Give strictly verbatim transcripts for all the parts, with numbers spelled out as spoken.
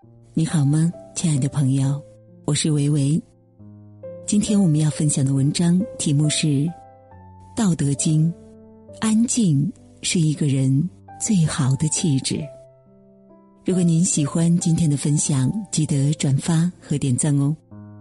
你好吗，亲爱的朋友，我是维维。今天我们要分享的文章题目是《道德经》，安静是一个人最好的气质。如果您喜欢今天的分享，记得转发和点赞哦。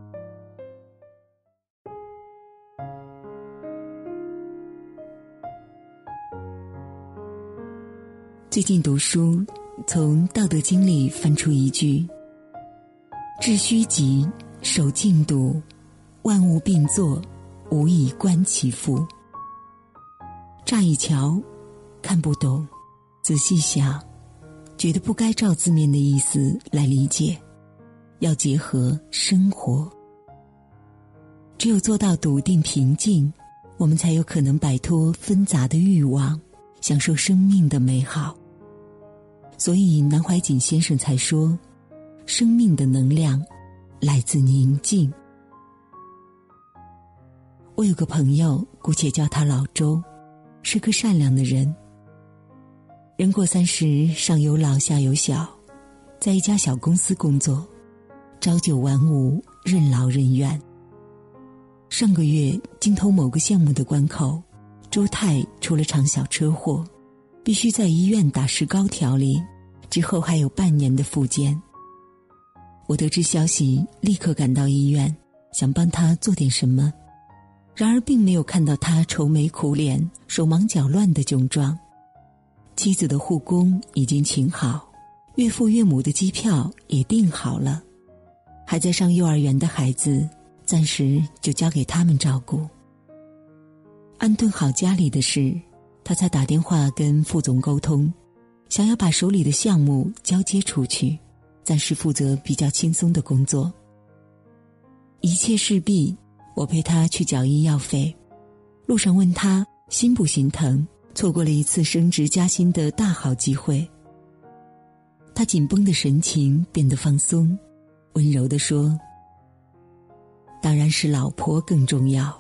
最近读书，从《道德经》里翻出一句：致虚极，守静笃，万物并作，无以观其复。乍一瞧看不懂，仔细想觉得不该照字面的意思来理解，要结合生活。只有做到笃定平静，我们才有可能摆脱纷杂的欲望，享受生命的美好。所以南怀瑾先生才说，生命的能量来自宁静。我有个朋友，姑且叫他老周，是个善良的人。人过三十，上有老下有小，在一家小公司工作，朝九晚五，任劳任怨。上个月精通某个项目的关口，周太出了场小车祸，必须在医院打石膏调理，之后还有半年的复健。我得知消息，立刻赶到医院，想帮他做点什么，然而并没有看到他愁眉苦脸、手忙脚乱的窘状。妻子的护工已经请好，岳父岳母的机票也订好了，还在上幼儿园的孩子暂时就交给他们照顾。安顿好家里的事，他才打电话跟副总沟通，想要把手里的项目交接出去，暂时负责比较轻松的工作。一切事毕，我陪他去缴医药费，路上问他心不心疼，错过了一次升职加薪的大好机会。他紧绷的神情变得放松，温柔地说：当然是老婆更重要。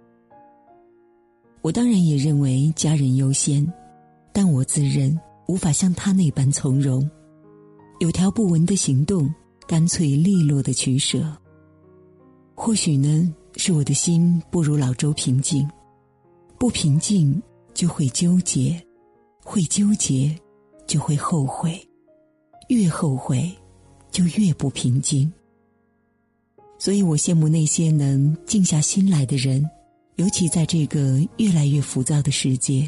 我当然也认为家人优先，但我自认无法像他那般从容，有条不紊的行动，干脆利落的取舍。或许呢，是我的心不如老周平静，不平静就会纠结，会纠结就会后悔，越后悔就越不平静。所以我羡慕那些能静下心来的人，尤其在这个越来越浮躁的世界。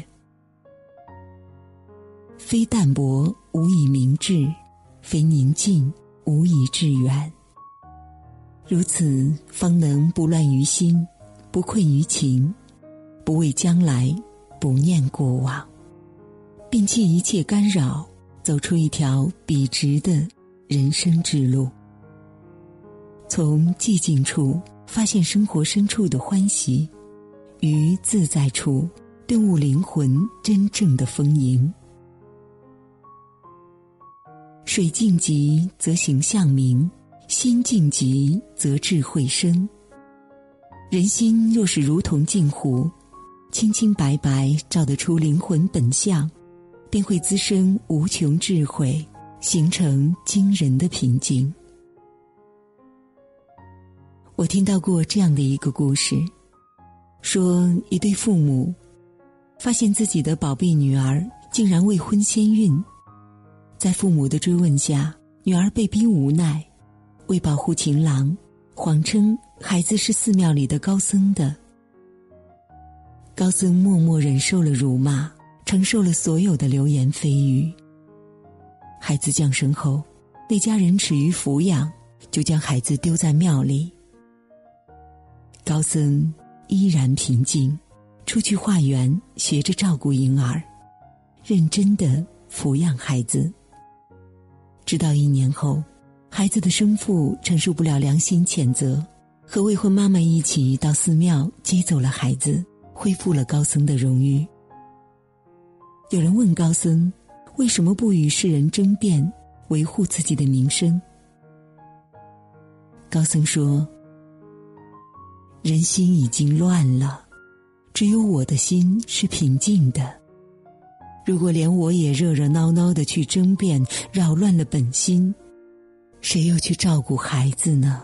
非淡泊无以明志，非宁静无以致远。如此方能不乱于心，不困于情，不畏将来，不念过往，摒弃一切干扰，走出一条笔直的人生之路。从寂静处发现生活深处的欢喜，于自在处顿悟灵魂真正的丰盈。水静极则形象明，心静极则智慧生。人心若是如同镜湖，清清白白照得出灵魂本相，便会滋生无穷智慧，形成惊人的平静。我听到过这样的一个故事，说一对父母发现自己的宝贝女儿竟然未婚先孕，在父母的追问下，女儿被逼无奈，为保护情郎，谎称孩子是寺庙里的高僧的。高僧默默忍受了辱骂，承受了所有的流言蜚语。孩子降生后，那家人耻于抚养，就将孩子丢在庙里。高僧依然平静，出去化缘，学着照顾婴儿，认真地抚养孩子。直到一年后，孩子的生父承受不了良心谴责，和未婚妈妈一起到寺庙接走了孩子，恢复了高僧的荣誉。有人问高僧，为什么不与世人争辩，维护自己的名声？高僧说，人心已经乱了，只有我的心是平静的。如果连我也热热闹闹地去争辩，扰乱了本心， 谁又去照顾孩子呢？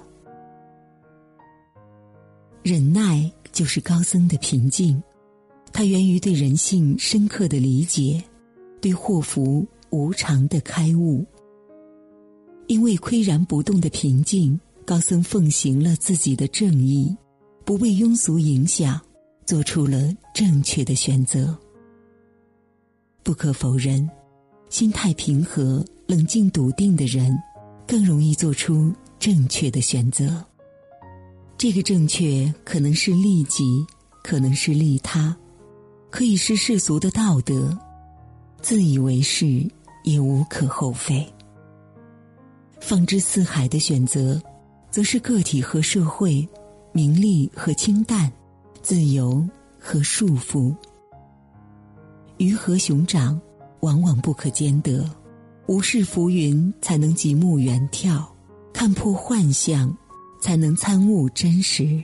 忍耐就是高僧的平静，它源于对人性深刻的理解，对祸福无常的开悟。因为岿然不动的平静，高僧奉行了自己的正义，不被庸俗影响，做出了正确的选择。不可否认，心态平和、冷静笃定的人更容易做出正确的选择。这个正确可能是利己，可能是利他，可以是世俗的道德，自以为是也无可厚非。放之四海的选择，则是个体和社会，名利和清淡，自由和束缚。鱼和熊掌往往不可兼得，无视浮云才能极目远眺，看破幻象才能参悟真实。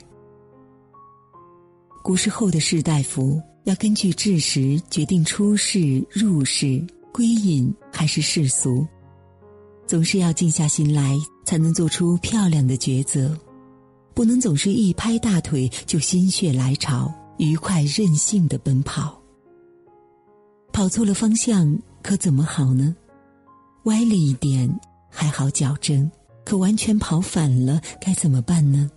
古时候的士大夫要根据治时决定出世入世、归隐还是世俗，总是要静下心来才能做出漂亮的抉择，不能总是一拍大腿就心血来潮、愉快任性地奔跑。跑错了方向可怎么好呢？歪了一点还好矫正，可完全跑反了该怎么办呢？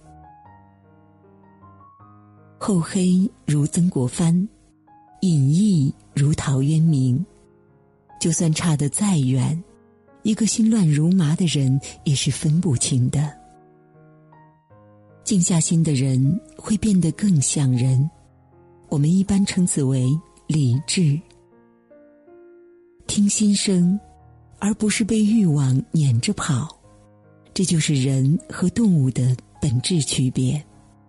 厚黑如曾国藩，隐逸如陶渊明。就算差得再远，一个心乱如麻的人也是分不清的。静下心的人会变得更像人，我们一般称此为理智。听心声，而不是被欲望撵着跑，这就是人和动物的本质区别。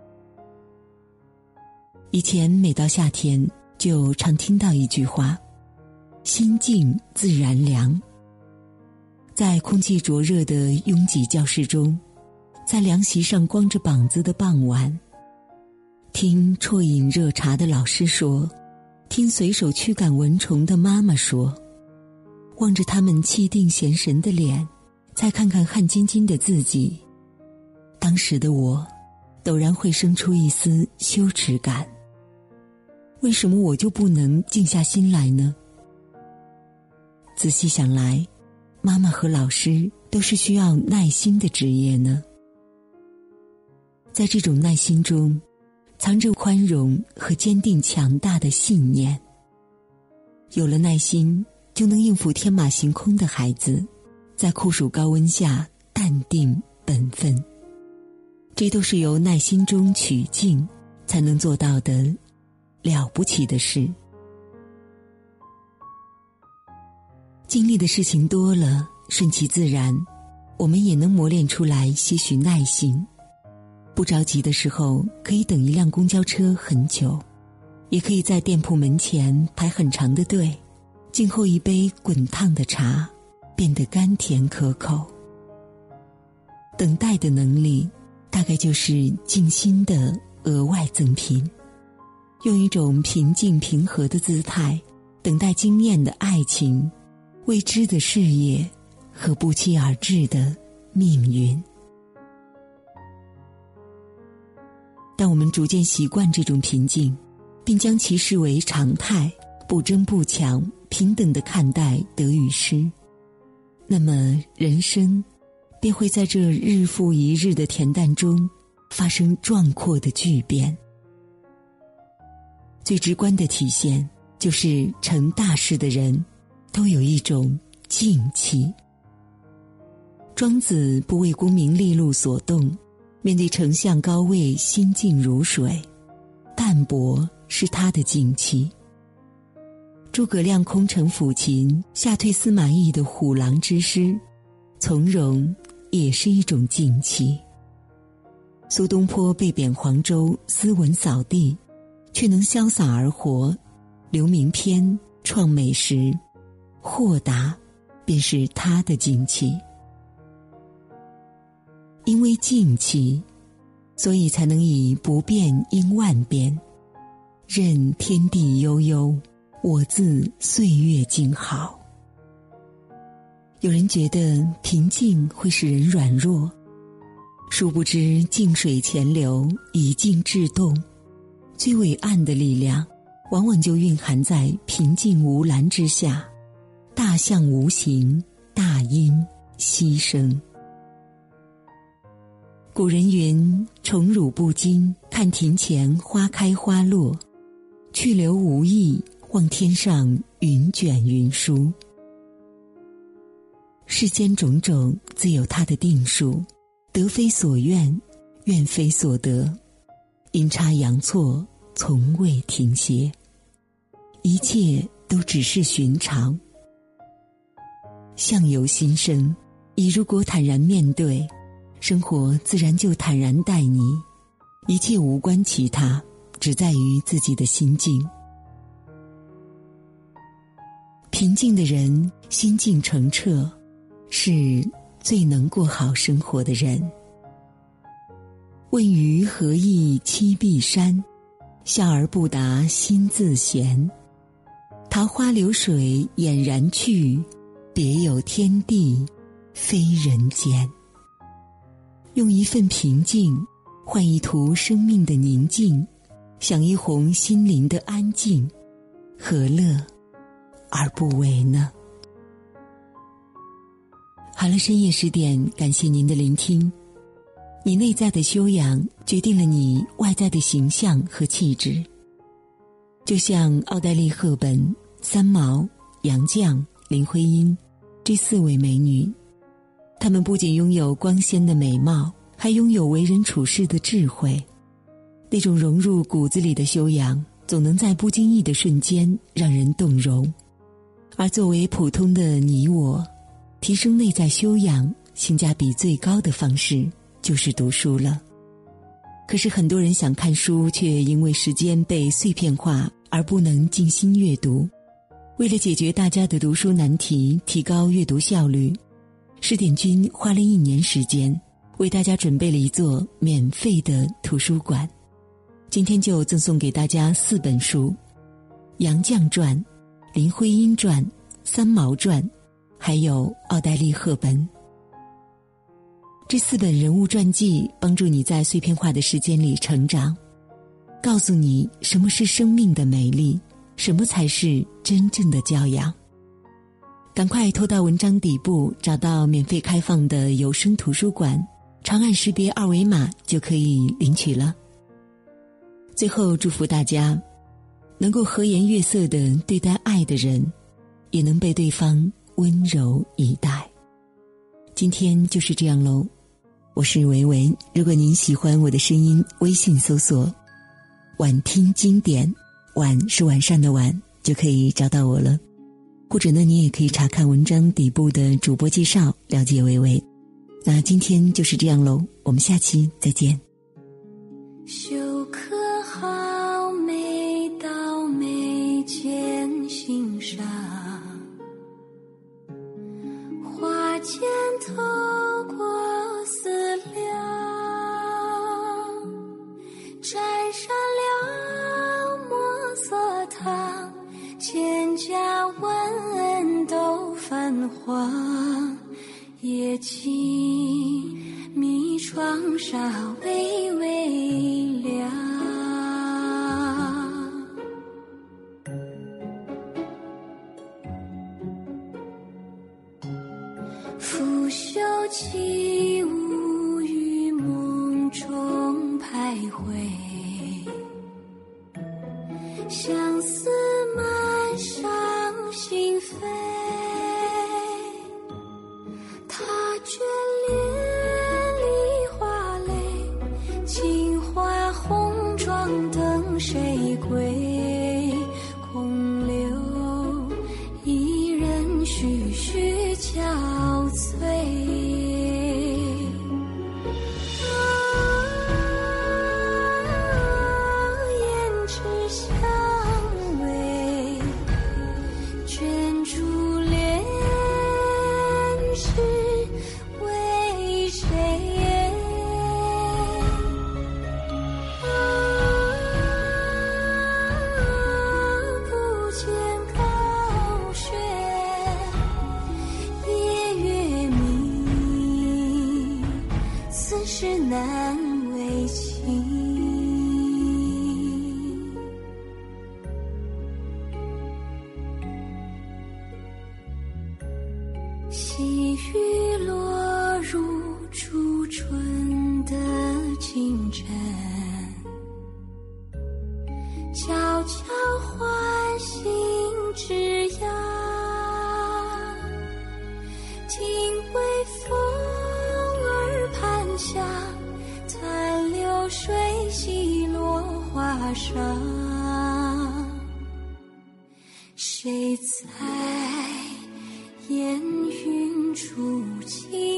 以前每到夏天，就常听到一句话：心静自然凉。在空气灼热的拥挤教室中，在凉席上光着膀子的傍晚，听啜饮热茶的老师说，听随手驱赶蚊虫的妈妈说，望着他们气定神神的脸，再看看汗津津的自己，当时的我陡然会生出一丝羞耻感。为什么我就不能静下心来呢？仔细想来，妈妈和老师都是需要耐心的职业呢。在这种耐心中，藏着宽容和坚定强大的信念。有了耐心，就能应付天马行空的孩子，在酷暑高温下淡定本分。这都是由耐心中取静才能做到的了不起的事。经历的事情多了，顺其自然，我们也能磨练出来些许耐心。不着急的时候，可以等一辆公交车很久，也可以在店铺门前排很长的队，静候一杯滚烫的茶，变得甘甜可口。等待的能力，大概就是静心的额外赠品。用一种平静平和的姿态，等待惊艳的爱情、未知的事业和不期而至的命运。当我们逐渐习惯这种平静，并将其视为常态，不争不抢，平等地看待得与失，那么人生便会在这日复一日的恬淡中发生壮阔的巨变。最直观的体现就是成大事的人都有一种静气。庄子不为功名利禄所动，面对丞相高位心静如水，淡泊是他的静气。诸葛亮空城抚琴，吓退司马懿的虎狼之师，从容也是一种静气。苏东坡被贬黄州，斯文扫地，却能潇洒而活，留名篇，创美食，豁达便是他的静气。因为静气，所以才能以不变应万变，任天地悠悠，我自岁月静好。 有人觉得平静会使人软弱，殊不知静水潜流，以静制动，最伟岸的力量往往就蕴含在平静无澜之下，大象无形，大音希声。古人云：宠辱不惊，看庭前花开花落；去留无意，望天上云卷云舒。世间种种自有它的定数，得非所愿，愿非所得，阴差阳错，从未停歇，一切都只是寻常。相由心生，你如果坦然面对，生活自然就坦然待你，一切无关其他，只在于自己的心境。平静的人，心境澄澈，是最能过好生活的人。问余何意栖碧山，笑而不答心自闲。桃花流水俨然去，别有天地非人间。用一份平静换一途生命的宁静，享一泓心灵的安静，何乐而不为呢？好了，深夜十点，感谢您的聆听。你内在的修养决定了你外在的形象和气质。就像奥黛丽·赫本、三毛、杨绛、林徽因这四位美女，她们不仅拥有光鲜的美貌，还拥有为人处事的智慧。那种融入骨子里的修养，总能在不经意的瞬间让人动容。而作为普通的你我，提升内在修养性价比最高的方式就是读书了。可是很多人想看书，却因为时间被碎片化而不能静心阅读。为了解决大家的读书难题，提高阅读效率，十点君花了一年时间为大家准备了一座免费的图书馆。今天就赠送给大家四本书：杨绛传、林徽因传、三毛传，还有奥黛丽·赫本。这四本人物传记帮助你在碎片化的时间里成长，告诉你什么是生命的美丽，什么才是真正的教养。赶快拖到文章底部，找到免费开放的有声图书馆，长按识别二维码就可以领取了。最后祝福大家能够和颜悦色地对待爱的人，也能被对方温柔以待。今天就是这样喽，我是维维。如果您喜欢我的声音，微信搜索晚听经典，晚是晚上的晚，就可以找到我了。或者呢，你也可以查看文章底部的主播介绍，了解维维。那今天就是这样喽，我们下期再见。 修可好眉到眉间心上，花间透过思量，沾上了墨色汤，蒹葭闻都泛黄，夜静迷窗纱微微亮。拂袖起舞于梦中徘徊，相思满上心扉，他眷恋梨花泪，青花红妆等谁归？空留一人徐徐憔悴。 此事难为情。细雨落入初春的清晨，悄悄唤醒枝桠，听微风耳畔响，残流水洗落花上。谁在烟云初起